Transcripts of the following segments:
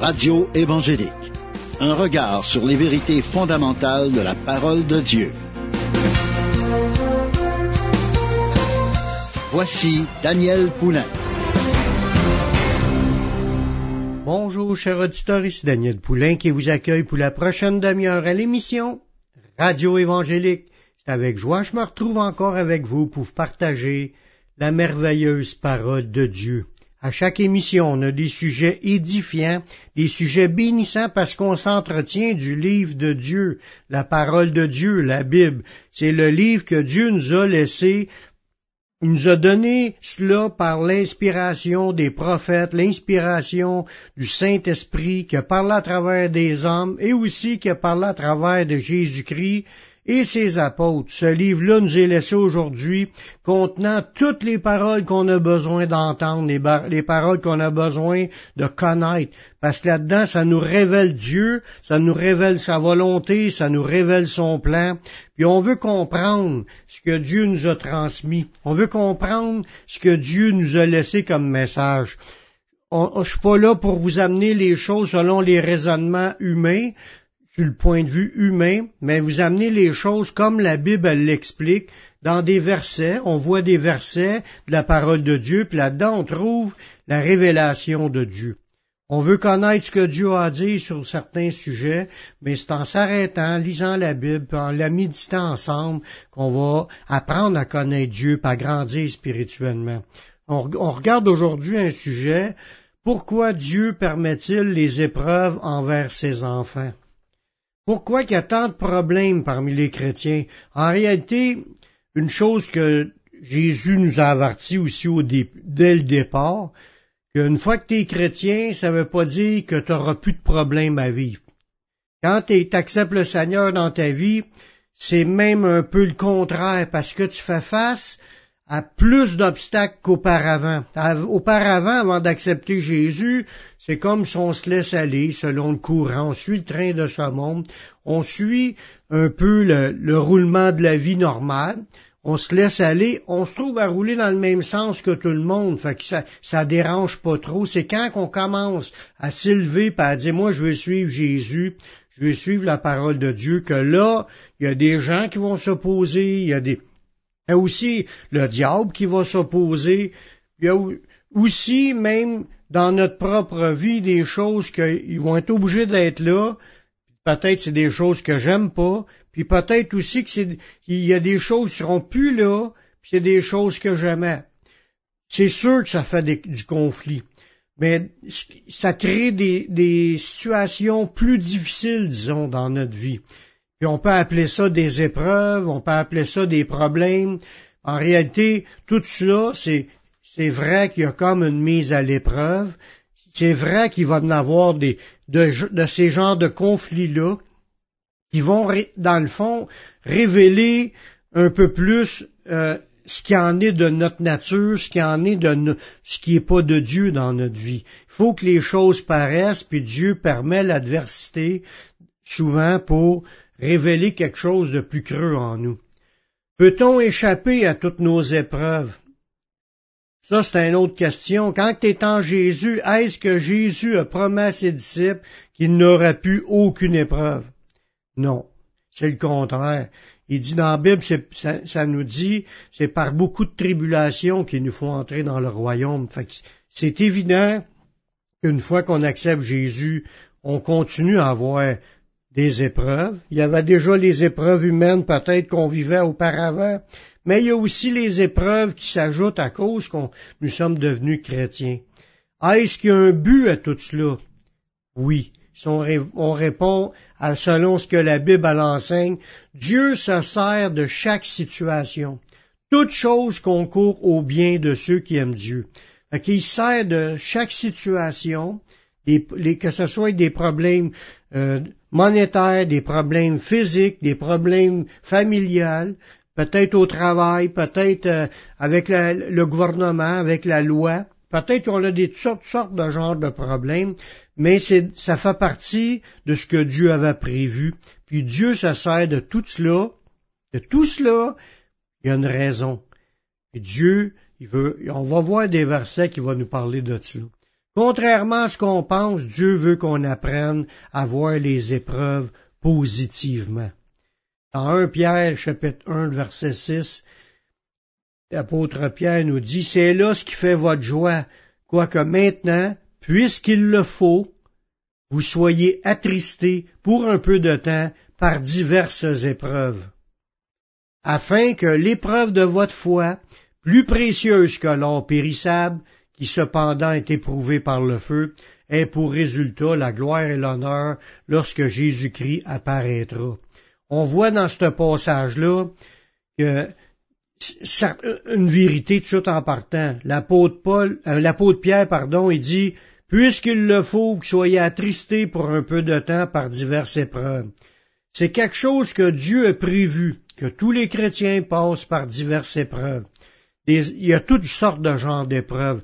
Radio évangélique. Un regard sur les vérités fondamentales de la parole de Dieu. Voici Daniel Poulain. Bonjour, chers auditeurs, ici Daniel Poulain qui vous accueille pour la prochaine demi-heure à l'émission Radio évangélique. C'est avec joie que je me retrouve encore avec vous pour partager la merveilleuse parole de Dieu. À chaque émission, on a des sujets édifiants, des sujets bénissants parce qu'on s'entretient du livre de Dieu, la parole de Dieu, la Bible. C'est le livre que Dieu nous a laissé. Il nous a donné cela par l'inspiration des prophètes, l'inspiration du Saint-Esprit qui a parlé à travers des hommes et aussi qui a parlé à travers de Jésus-Christ et ses apôtres. Ce livre-là nous est laissé aujourd'hui contenant toutes les paroles qu'on a besoin d'entendre, les paroles qu'on a besoin de connaître. Parce que là-dedans, ça nous révèle Dieu, ça nous révèle sa volonté, ça nous révèle son plan. Puis on veut comprendre ce que Dieu nous a transmis. On veut comprendre ce que Dieu nous a laissé comme message. Je suis pas là pour vous amener les choses selon les raisonnements humains, sur le point de vue humain, mais vous amenez les choses comme la Bible elle l'explique, dans des versets, on voit des versets de la parole de Dieu, puis là-dedans on trouve la révélation de Dieu. On veut connaître ce que Dieu a dit sur certains sujets, mais c'est en s'arrêtant, lisant la Bible, puis en la méditant ensemble, qu'on va apprendre à connaître Dieu, puis à grandir spirituellement. On regarde aujourd'hui un sujet, pourquoi Dieu permet-il les épreuves envers ses enfants? Pourquoi il y a tant de problèmes parmi les chrétiens? En réalité, une chose que Jésus nous a averti aussi dès le départ, qu'une fois que tu es chrétien, ça ne veut pas dire que tu n'auras plus de problèmes à vivre. Quand tu acceptes le Seigneur dans ta vie, c'est même un peu le contraire, parce que tu fais face à plus d'obstacles qu'auparavant. Auparavant, avant d'accepter Jésus, c'est comme si on se laisse aller selon le courant, on suit le train de ce monde, on suit un peu le roulement de la vie normale, on se laisse aller, on se trouve à rouler dans le même sens que tout le monde, fait que ça dérange pas trop. C'est quand qu'on commence à s'élever et à dire, moi je veux suivre Jésus, je veux suivre la parole de Dieu, que là, il y a des gens qui vont s'opposer, il y a aussi le diable qui va s'opposer. Il y a aussi, même dans notre propre vie, des choses qu'ils vont être obligés d'être là. Peut-être c'est des choses que j'aime pas. Puis peut-être aussi qu'il y a des choses qui seront plus là. Puis c'est des choses que j'aimais. C'est sûr que ça fait du conflit. Mais ça crée des situations plus difficiles, disons, dans notre vie. Puis on peut appeler ça des épreuves, on peut appeler ça des problèmes. En réalité, tout cela, c'est vrai qu'il y a comme une mise à l'épreuve. C'est vrai qu'il va y en avoir de ces genres de conflits-là qui vont, dans le fond, révéler un peu plus ce qui en est de notre nature, ce qui en est ce qui n'est pas de Dieu dans notre vie. Il faut que les choses paraissent, puis Dieu permet l'adversité souvent pour révéler quelque chose de plus creux en nous. Peut-on échapper à toutes nos épreuves? Ça, c'est une autre question. Quand tu es en Jésus, est-ce que Jésus a promis à ses disciples qu'il n'aurait plus aucune épreuve? Non, c'est le contraire. Il dit dans la Bible, ça nous dit, c'est par beaucoup de tribulations qu'il nous faut entrer dans le royaume. Fait que c'est évident qu'une fois qu'on accepte Jésus, on continue à avoir des épreuves. Il y avait déjà les épreuves humaines peut-être qu'on vivait auparavant, mais il y a aussi les épreuves qui s'ajoutent à cause que nous sommes devenus chrétiens. Est-ce qu'il y a un but à tout cela? Oui. Si on répond selon ce que la Bible enseigne, Dieu se sert de chaque situation. Toute chose concourt au bien de ceux qui aiment Dieu. Fait qu'il sert de chaque situation, que ce soit des problèmes monétaires, des problèmes physiques, des problèmes familiales, peut-être au travail, peut-être avec le gouvernement, avec la loi. Peut-être qu'on a toutes sortes de genres de problèmes, mais ça fait partie de ce que Dieu avait prévu. Puis Dieu se sert de tout cela. De tout cela, il y a une raison. Et Dieu, on va voir des versets qui vont nous parler de cela. Contrairement à ce qu'on pense, Dieu veut qu'on apprenne à voir les épreuves positivement. Dans 1 Pierre, chapitre 1, verset 6, l'apôtre Pierre nous dit, « C'est là ce qui fait votre joie, quoique maintenant, puisqu'il le faut, vous soyez attristés pour un peu de temps par diverses épreuves, afin que l'épreuve de votre foi, plus précieuse que l'or périssable, qui cependant est éprouvé par le feu, ait pour résultat la gloire et l'honneur lorsque Jésus-Christ apparaîtra. » On voit dans ce passage-là que une vérité tout de suite en partant. L'apôtre Pierre, il dit, « Puisqu'il le faut, vous soyez attristés pour un peu de temps par diverses épreuves. » C'est quelque chose que Dieu a prévu, que tous les chrétiens passent par diverses épreuves. Il y a toutes sortes de genres d'épreuves.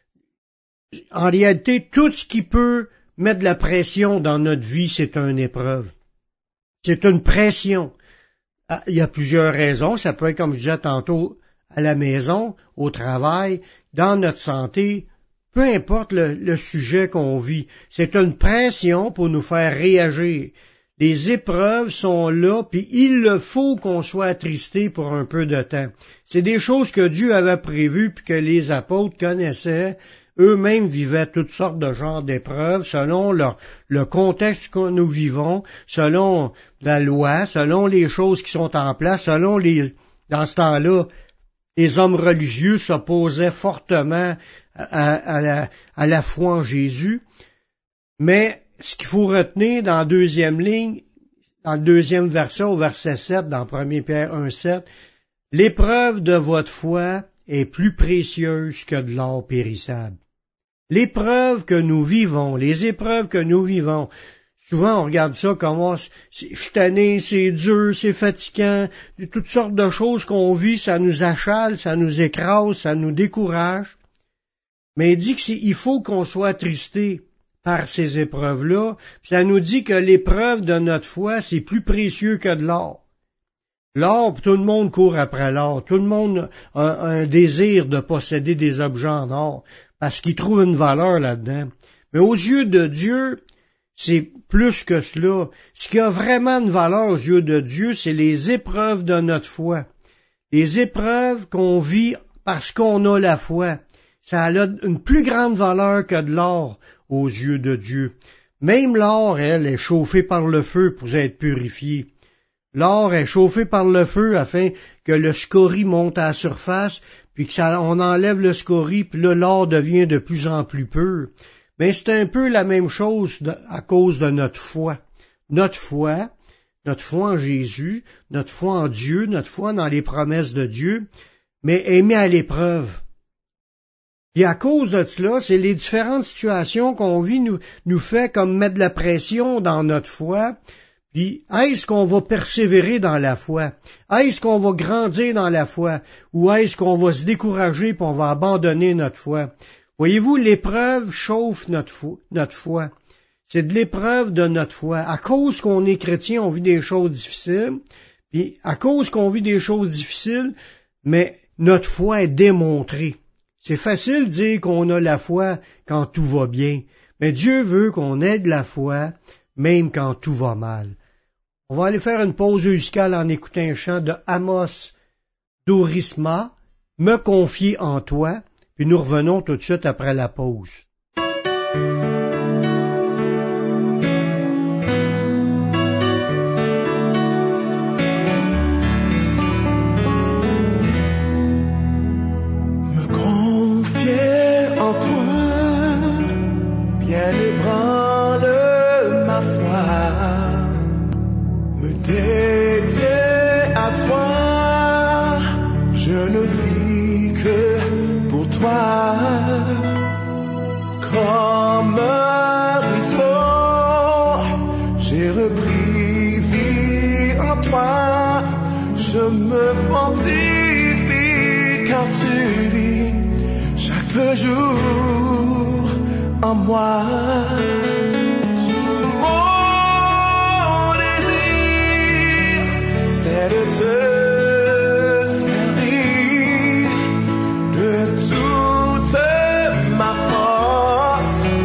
En réalité, tout ce qui peut mettre de la pression dans notre vie, c'est une épreuve. C'est une pression. Il y a plusieurs raisons. Ça peut être, comme je disais tantôt, à la maison, au travail, dans notre santé, peu importe le sujet qu'on vit. C'est une pression pour nous faire réagir. Les épreuves sont là, puis il le faut qu'on soit attristé pour un peu de temps. C'est des choses que Dieu avait prévues, puis que les apôtres connaissaient. Eux-mêmes vivaient toutes sortes de genres d'épreuves selon le contexte que nous vivons, selon la loi, selon les choses qui sont en place, dans ce temps-là, les hommes religieux s'opposaient fortement à la foi en Jésus. Mais ce qu'il faut retenir dans la deuxième ligne, dans le deuxième verset, au verset 7, dans 1 Pierre 1,7, l'épreuve de votre foi est plus précieuse que de l'or périssable. L'épreuve que nous vivons, les épreuves que nous vivons, souvent on regarde ça comme je suis tanné, c'est dur, c'est fatigant, toutes sortes de choses qu'on vit, ça nous achale, ça nous écrase, ça nous décourage. Mais il dit qu'il faut qu'on soit attristé par ces épreuves-là. Ça nous dit que l'épreuve de notre foi, c'est plus précieux que de l'or. L'or, tout le monde court après l'or. Tout le monde a un désir de posséder des objets en or, parce qu'il trouve une valeur là-dedans. Mais aux yeux de Dieu, c'est plus que cela. Ce qui a vraiment une valeur aux yeux de Dieu, c'est les épreuves de notre foi. Les épreuves qu'on vit parce qu'on a la foi. Ça a une plus grande valeur que de l'or aux yeux de Dieu. Même l'or, elle, est chauffée par le feu pour être purifiée. L'or est chauffé par le feu afin que le scorie monte à la surface, puis on enlève le scorie, puis là, l'or devient de plus en plus pur. Mais c'est un peu la même chose à cause de notre foi. Notre foi en Jésus, notre foi en Dieu, notre foi dans les promesses de Dieu, mais est mise à l'épreuve. Et à cause de cela, c'est les différentes situations qu'on vit nous fait comme mettre de la pression dans notre foi. Puis, est-ce qu'on va persévérer dans la foi? Est-ce qu'on va grandir dans la foi? Ou est-ce qu'on va se décourager et on va abandonner notre foi? Voyez-vous, l'épreuve chauffe notre foi. C'est de l'épreuve de notre foi. À cause qu'on est chrétien, on vit des choses difficiles. Puis, à cause qu'on vit des choses difficiles, mais notre foi est démontrée. C'est facile de dire qu'on a la foi quand tout va bien. Mais Dieu veut qu'on ait de la foi, même quand tout va mal. On va aller faire une pause musicale en écoutant un chant de Amos Dorisma, « Me confier en toi », puis nous revenons tout de suite après la pause. Me confier en toi, bien ébranle ma foi. Dédié à toi, je ne vis que pour toi. Comme un ruisseau, j'ai repris vie en toi. Je me fortifie car tu vis chaque jour en moi. C'est de te servir de toute ma force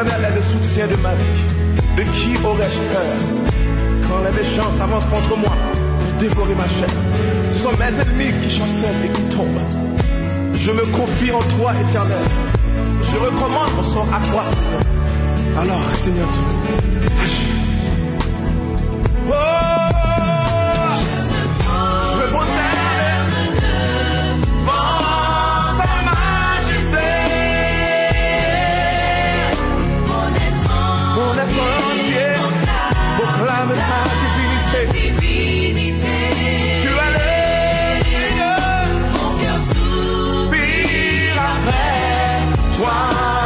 l'Éternel est le soutien de ma vie. De qui aurais-je peur quand les méchants s'avancent contre moi pour dévorer ma chair? Ce sont mes ennemis qui chancellent et qui tombent. Je me confie en toi, Éternel. Je recommande mon sort à toi, Seigneur. Alors, Seigneur Dieu, agis. Oh, je me prosterne devant ta majesté. Mon être entier proclame ta divinité. Tu as le Seigneur, mon cœur soupire après toi.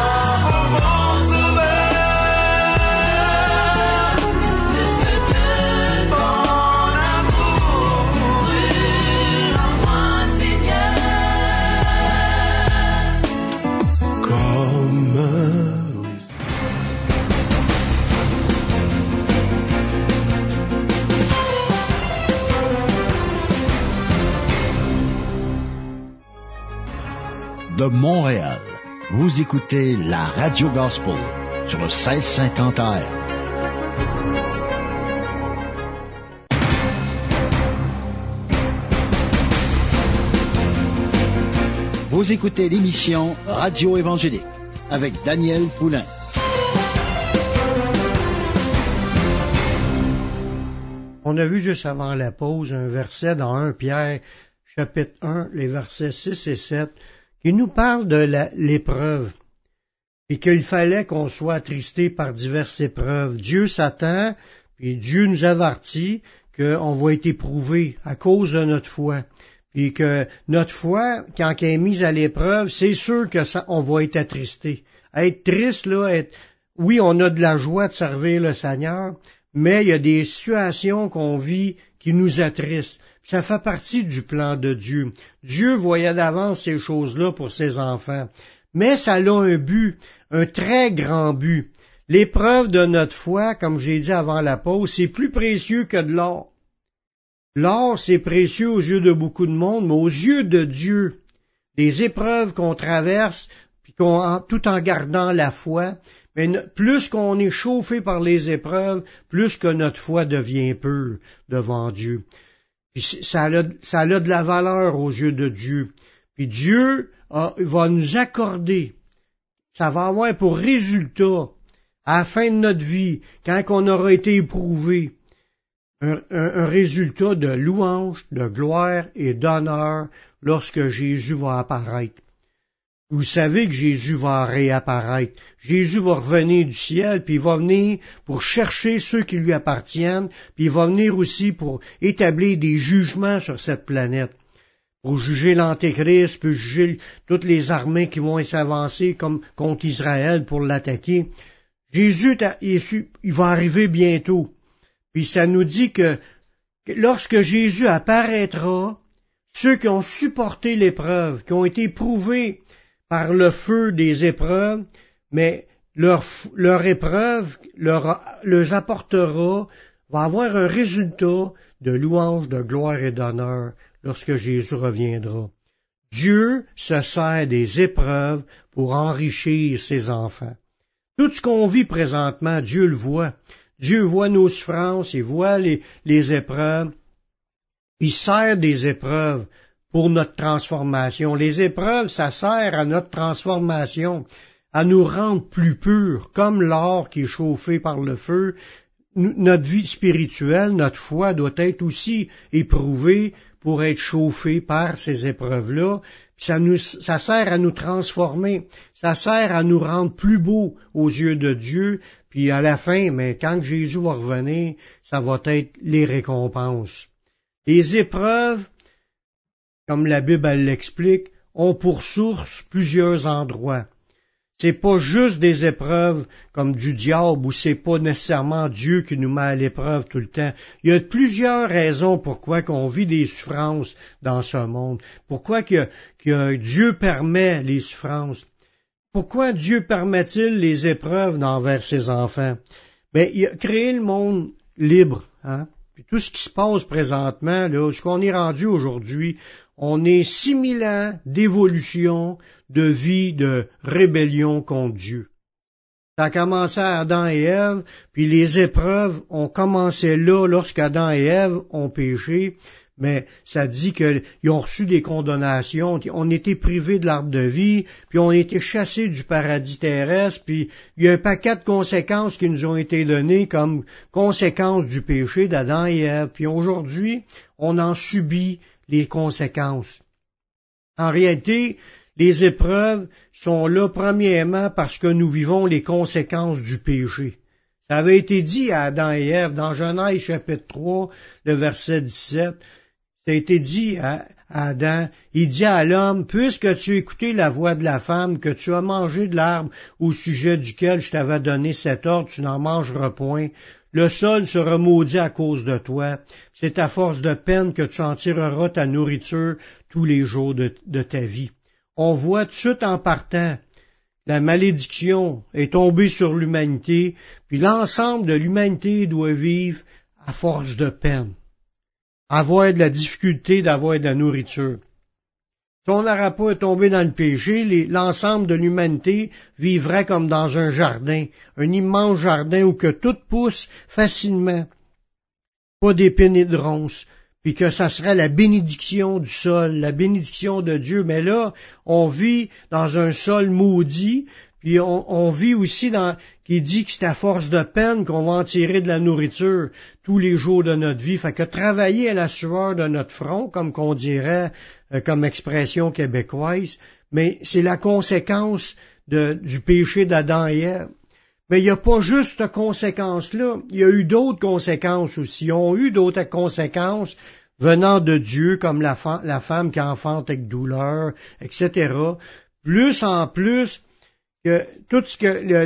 De Montréal, vous écoutez la Radio Gospel sur le 1650 AM. Vous écoutez l'émission Radio Évangélique avec Daniel Poulain. On a vu juste avant la pause un verset dans 1 Pierre, chapitre 1, les versets 6 et 7, qui nous parle de l'épreuve, et qu'il fallait qu'on soit attristé par diverses épreuves. Dieu s'attend, puis Dieu nous avertit qu'on va être éprouvé à cause de notre foi, puis que notre foi, quand elle est mise à l'épreuve, c'est sûr que on va être attristé. Être triste, là, oui, on a de la joie de servir le Seigneur, mais il y a des situations qu'on vit qui nous attristent. Ça fait partie du plan de Dieu. Dieu voyait d'avance ces choses-là pour ses enfants. Mais ça a un but, un très grand but. L'épreuve de notre foi, comme j'ai dit avant la pause, c'est plus précieux que de l'or. L'or, c'est précieux aux yeux de beaucoup de monde, mais aux yeux de Dieu, les épreuves qu'on traverse, puis tout en gardant la foi, mais plus qu'on est chauffé par les épreuves, plus que notre foi devient pure devant Dieu. Puis ça a de la valeur aux yeux de Dieu. Puis Dieu va nous accorder, ça va avoir pour résultat, à la fin de notre vie, quand on aura été éprouvé, un résultat de louange, de gloire et d'honneur lorsque Jésus va apparaître. Vous savez que Jésus va réapparaître. Jésus va revenir du ciel, puis il va venir pour chercher ceux qui lui appartiennent, puis il va venir aussi pour établir des jugements sur cette planète, pour juger l'Antéchrist, puis juger toutes les armées qui vont s'avancer comme contre Israël pour l'attaquer. Jésus, il va arriver bientôt. Puis ça nous dit que lorsque Jésus apparaîtra, ceux qui ont supporté l'épreuve, qui ont été éprouvés par le feu des épreuves, mais leur épreuve leur apportera, va avoir un résultat de louange, de gloire et d'honneur lorsque Jésus reviendra. Dieu se sert des épreuves pour enrichir ses enfants. Tout ce qu'on vit présentement, Dieu le voit. Dieu voit nos souffrances, il voit les épreuves. Il sert des épreuves pour notre transformation. Les épreuves, ça sert à notre transformation, à nous rendre plus purs, comme l'or qui est chauffé par le feu. Notre vie spirituelle, notre foi doit être aussi éprouvée pour être chauffée par ces épreuves-là. Ça sert à nous transformer, ça sert à nous rendre plus beaux aux yeux de Dieu, puis à la fin, mais quand Jésus va revenir, ça va être les récompenses. Les épreuves, comme la Bible elle l'explique, ont pour source plusieurs endroits. C'est pas juste des épreuves comme du diable ou c'est pas nécessairement Dieu qui nous met à l'épreuve tout le temps. Il y a plusieurs raisons pourquoi qu'on vit des souffrances dans ce monde. Pourquoi que Dieu permet les souffrances. Pourquoi Dieu permet-il les épreuves envers ses enfants? Ben, il a créé le monde libre, hein? Puis tout ce qui se passe présentement, là, ce qu'on est rendu aujourd'hui, on est 6000 ans d'évolution, de vie, de rébellion contre Dieu. Ça a commencé à Adam et Ève, puis les épreuves ont commencé là lorsqu'Adam et Ève ont péché, mais ça dit qu'ils ont reçu des condamnations, on était privés de l'arbre de vie, puis on a été chassés du paradis terrestre, puis il y a un paquet de conséquences qui nous ont été données comme conséquences du péché d'Adam et Ève, puis aujourd'hui, on en subit les conséquences. En réalité, les épreuves sont là premièrement parce que nous vivons les conséquences du péché. Ça avait été dit à Adam et Ève dans Genèse chapitre 3, le verset 17. Ça a été dit à Adam, il dit à l'homme, puisque tu as écouté la voix de la femme, que tu as mangé de l'arbre au sujet duquel je t'avais donné cet ordre, tu n'en mangeras point, le sol sera maudit à cause de toi. C'est à force de peine que tu en tireras ta nourriture tous les jours de ta vie. On voit tout de suite en partant, la malédiction est tombée sur l'humanité, puis l'ensemble de l'humanité doit vivre à force de peine, avoir de la difficulté d'avoir de la nourriture. Si on n'aurait pas tombé dans le péché, l'ensemble de l'humanité vivrait comme dans un jardin, un immense jardin où que tout pousse facilement, pas d'épines et de ronces, puis que ça serait la bénédiction du sol, la bénédiction de Dieu. Mais là, on vit dans un sol maudit, puis on vit aussi qui dit que c'est à force de peine qu'on va en tirer de la nourriture tous les jours de notre vie. Fait que travailler à la sueur de notre front, comme qu'on dirait, comme expression québécoise, mais c'est la conséquence du péché d'Adam et Ève. Mais il n'y a pas juste cette conséquence-là, il y a eu d'autres conséquences aussi. Ils ont eu d'autres conséquences venant de Dieu, comme la femme qui enfante avec douleur, etc. Plus en plus, que tout ce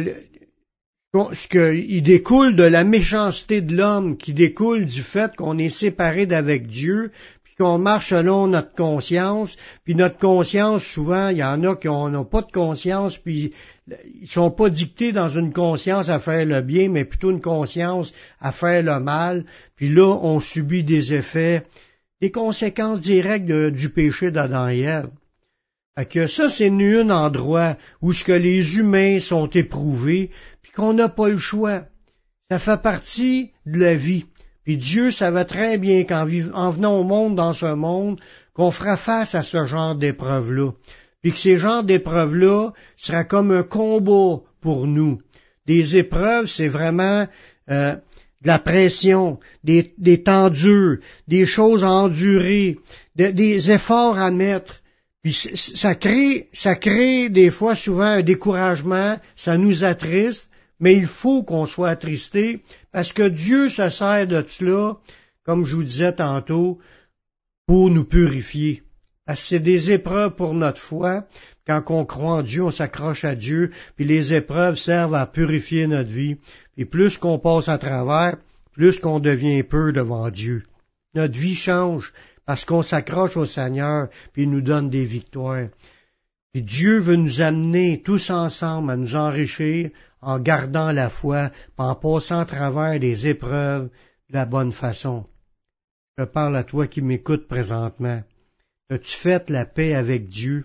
il découle de la méchanceté de l'homme, qui découle du fait qu'on est séparé d'avec Dieu, puis qu'on marche selon notre conscience, puis notre conscience, souvent, il y en a qui n'ont pas de conscience, puis ils sont pas dictés dans une conscience à faire le bien, mais plutôt une conscience à faire le mal, puis là, on subit des effets, des conséquences directes du péché d'Adam et Ève. Fait que ça, c'est un endroit où ce que les humains sont éprouvés, puis qu'on n'a pas le choix. Ça fait partie de la vie. Puis Dieu savait très bien qu'en venant au monde, dans ce monde, qu'on fera face à ce genre d'épreuves-là. Puis que ces genres d'épreuves-là sera comme un combat pour nous. Des épreuves, c'est vraiment de la pression, des temps durs, des choses à endurer, des efforts à mettre. Puis ça crée des fois souvent un découragement, ça nous attriste, mais il faut qu'on soit attristé parce que Dieu se sert de cela, comme je vous disais tantôt, pour nous purifier. Parce que c'est des épreuves pour notre foi. Quand on croit en Dieu, on s'accroche à Dieu, puis les épreuves servent à purifier notre vie. Et plus qu'on passe à travers, plus qu'on devient peu devant Dieu. Notre vie change parce qu'on s'accroche au Seigneur, puis il nous donne des victoires. Et Dieu veut nous amener tous ensemble à nous enrichir en gardant la foi, en passant à travers les épreuves de la bonne façon. Je parle à toi qui m'écoutes présentement. As-tu fait la paix avec Dieu?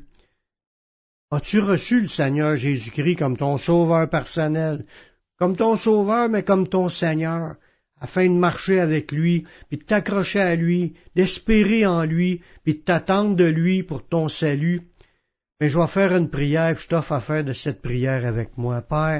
As-tu reçu le Seigneur Jésus-Christ comme ton sauveur personnel? Comme ton sauveur, mais comme ton Seigneur, afin de marcher avec lui, puis de t'accrocher à lui, d'espérer en lui, puis de t'attendre de lui pour ton salut. Mais je vais faire une prière, puis je t'offre à faire de cette prière avec moi. Père,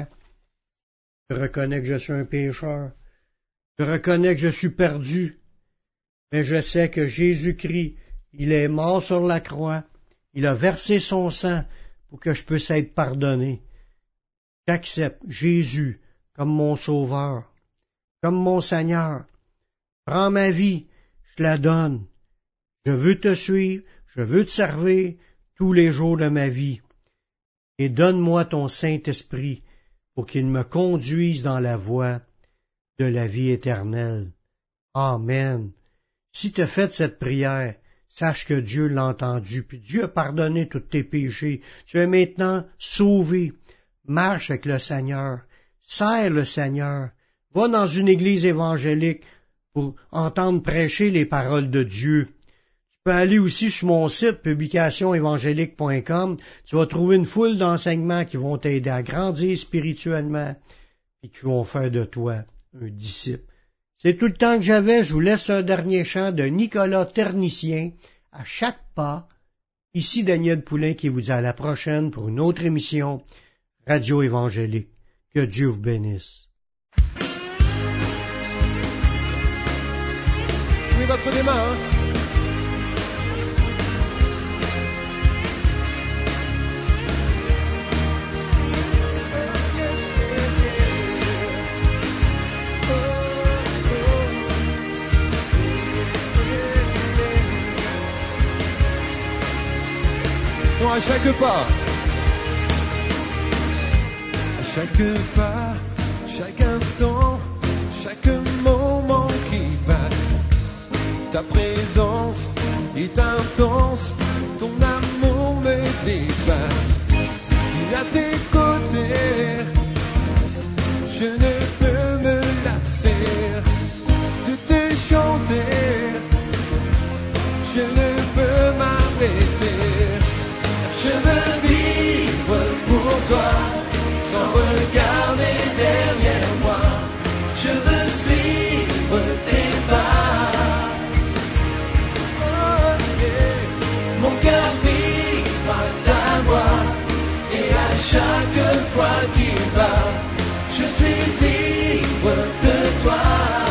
je reconnais que je suis un pécheur. Je reconnais que je suis perdu. Mais je sais que Jésus-Christ, il est mort sur la croix. Il a versé son sang pour que je puisse être pardonné. J'accepte Jésus comme mon sauveur, comme mon Seigneur. Prends ma vie, je la donne. Je veux te suivre, je veux te servir tous les jours de ma vie. Et donne-moi ton Saint-Esprit pour qu'il me conduise dans la voie de la vie éternelle. Amen. Si tu as fait cette prière, sache que Dieu l'a entendu, puis Dieu a pardonné tous tes péchés. Tu es maintenant sauvé. Marche avec le Seigneur. Sers le Seigneur. Va dans une église évangélique pour entendre prêcher les paroles de Dieu. Tu peux aller aussi sur mon site publicationévangélique.com. Tu vas trouver une foule d'enseignements qui vont t'aider à grandir spirituellement et qui vont faire de toi un disciple. C'est tout le temps que j'avais. Je vous laisse un dernier chant de Nicolas Ternicien, À chaque pas. Ici Daniel Poulain qui vous dit à la prochaine pour une autre émission Radio Évangélique. Que Dieu vous bénisse. Oui, votre des mains, hein? Non, à chaque pas, chaque instant, chaque moment qui passe, ta présence est intense, ton amour me dépasse. Et à tes côtés, je ne peux me lasser de te chanter, je ne peux m'arrêter. Je veux vivre pour toi, sans regarder derrière moi. Je veux suivre tes pas. Oh, yeah. Mon cœur vibre à ta voix, et à chaque fois qu'il bat, je suis ivre de toi.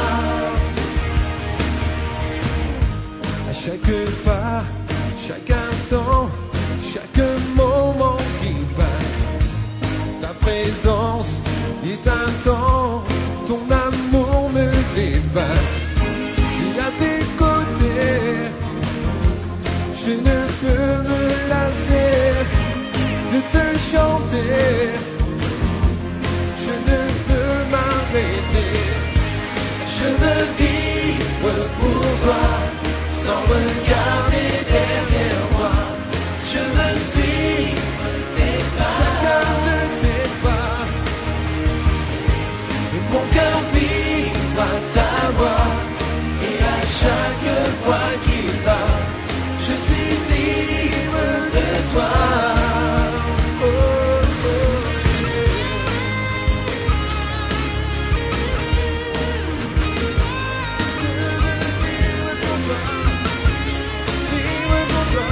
À chaque pas, chaque instant, chaque moment qui passe, ta présence est intense, ton amour me dépasse. Et à tes côtés, je ne peux me lasser de te chanter, je ne peux m'arrêter. Je veux vivre pour toi, sans regarder derrière moi. Je veux suivre tes pas, chacun de tes pas. Et mon cœur vibre à ta voix, et à chaque fois qu'il bat, je suis ivre de toi. Oh, oh, vivre pour toi.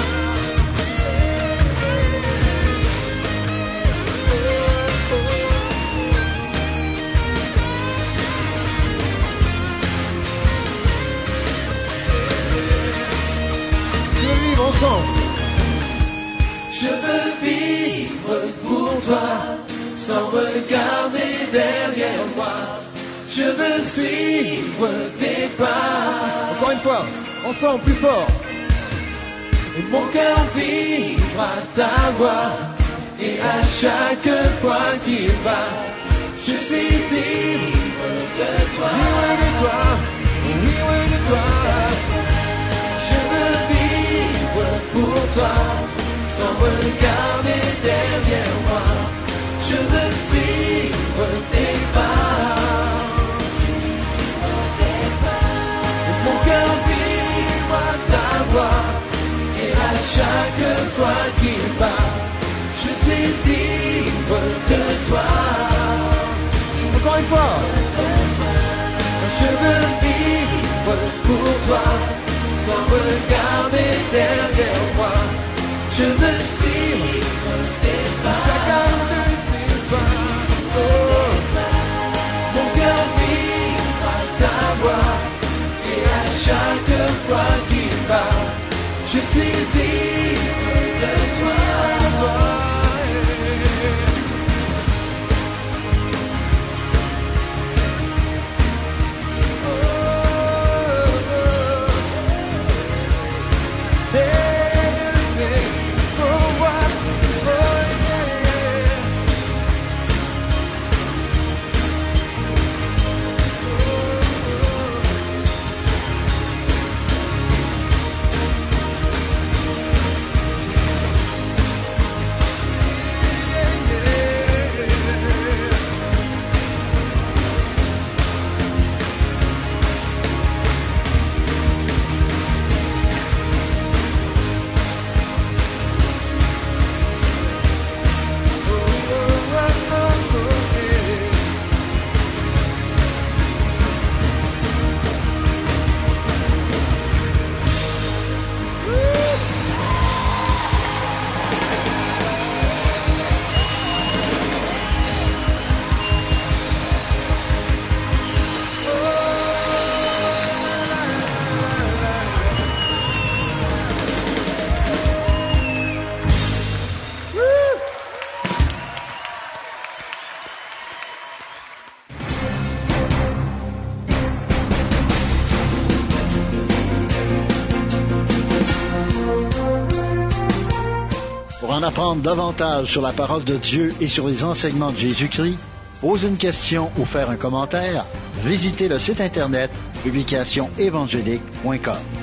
Je veux vivre pour toi, sans regarder derrière moi. Je veux suivre tes pas. Encore une fois, ensemble, plus fort. Et mon cœur vibre à ta voix, et à chaque fois qu'il bat, je suis ivre de toi. Ivre de toi, ivre de toi. Je veux vivre pour toi, sans regarder derrière moi. Je veux suivre tes pas. Et mon cœur vibre à ta voix, et à chaque fois qu'il bat, je suis ivre de toi. Encore une fois. Je veux vivre pour toi, sans regarder derrière moi. Je veux suivre tes pas, chacun de tes pas. Oh. Mon cœur vibre à ta voix, et à chaque fois qu'il bat, je suis ivre de toi. en apprendre davantage sur la parole de Dieu et sur les enseignements de Jésus-Christ, poser une question ou faire un commentaire, visitez le site internet publicationévangélique.com.